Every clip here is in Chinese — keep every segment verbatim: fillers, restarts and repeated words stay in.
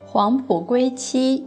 黄埔归期。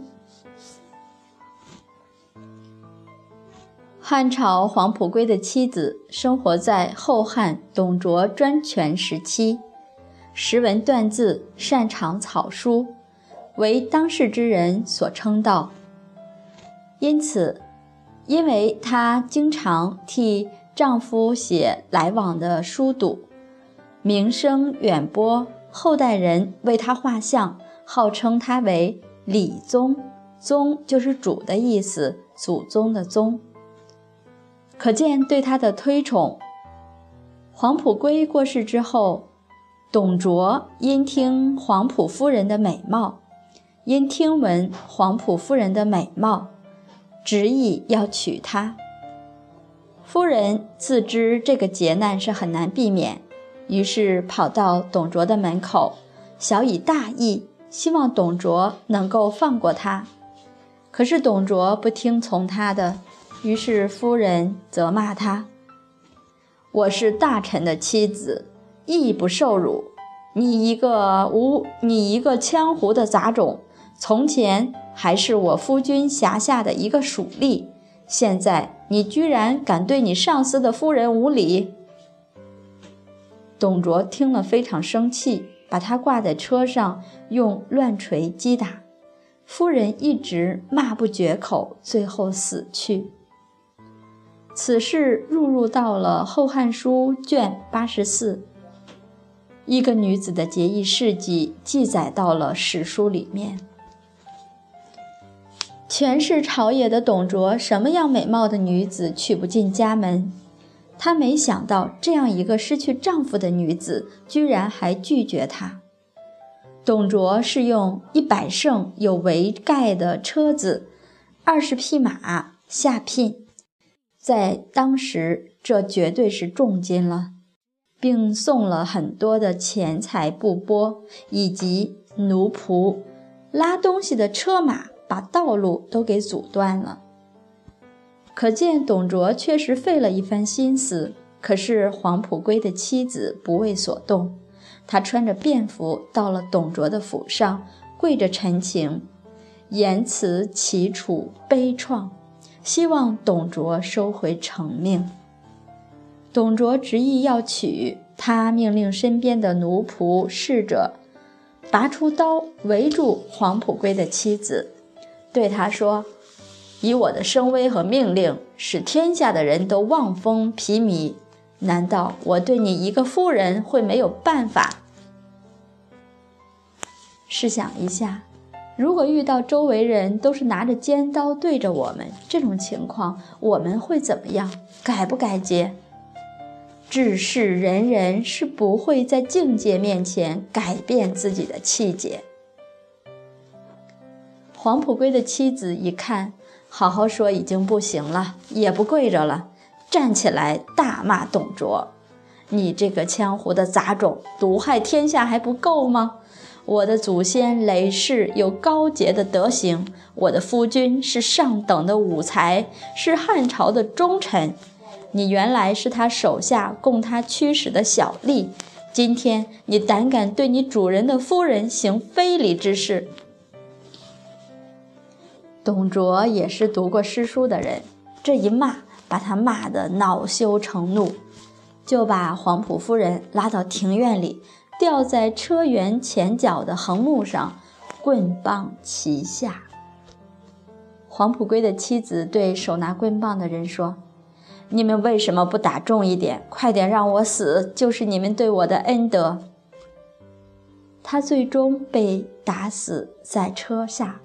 汉朝黄埔归的妻子生活在后汉董卓专权时期，识文断字，擅长草书，为当世之人所称道。因此，因为她经常替丈夫写来往的书读，名声远播，后代人为她画像，号称她为李宗，宗就是主的意思，祖宗的宗，可见对她的推崇。黄埔归过世之后，董卓因听黄埔夫人的美貌，因听闻黄埔夫人的美貌，执意要娶她。夫人自知这个劫难是很难避免，于是跑到董卓的门口，小以大义，希望董卓能够放过她。可是董卓不听从她的，于是夫人责骂他：我是大臣的妻子，亦不受辱，你一个无你一个羌胡的杂种，从前还是我夫君辖下的一个属吏，现在你居然敢对你上司的夫人无礼。董卓听了非常生气，把他挂在车上，用乱锤击打。夫人一直骂不绝口，最后死去。此事入入到了《后汉书》卷八十四，一个女子的结义事迹记载到了史书里面。权势朝野的董卓，什么样美貌的女子娶不进家门？他没想到这样一个失去丈夫的女子，居然还拒绝他。董卓是用一百乘有帷盖的车子，二十匹马下聘，在当时这绝对是重金了，并送了很多的钱财布帛以及奴仆，拉东西的车马把道路都给阻断了。可见董卓确实费了一番心思，可是黄埔归的妻子不为所动。她穿着便服到了董卓的府上，跪着陈情，言辞凄楚悲怆，希望董卓收回成命。董卓执意要娶，他命令身边的奴仆侍者拔出刀围住黄埔归的妻子，对他说：以我的声威和命令，使天下的人都望风披靡，难道我对你一个妇人会没有办法？试想一下，如果遇到周围人都是拿着尖刀对着我们，这种情况我们会怎么样？改不改节？治世仁人是不会在境界面前改变自己的气节。黄埔归的妻子一看，好好说已经不行了，也不跪着了，站起来大骂董卓：你这个羌胡的杂种，毒害天下还不够吗？我的祖先累世有高洁的德行，我的夫君是上等的武才，是汉朝的忠臣，你原来是他手下供他驱使的小吏，今天你胆敢对你主人的夫人行非礼之事。董卓也是读过诗书的人，这一骂把他骂得恼羞成怒，就把黄埔夫人拉到庭院里，吊在车辕前角的横木上，棍棒齐下。黄埔归的妻子对手拿棍棒的人说：你们为什么不打重一点？快点让我死，就是你们对我的恩德。他最终被打死在车下。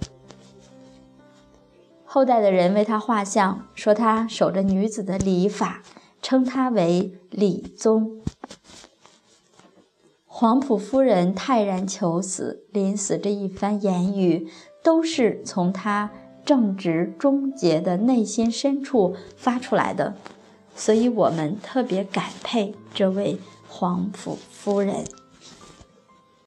后代的人为他画像，说他守着女子的礼法，称他为李宗。黄埔夫人泰然求死，临死这一番言语，都是从他正直忠洁的内心深处发出来的，所以我们特别感佩这位黄埔夫人。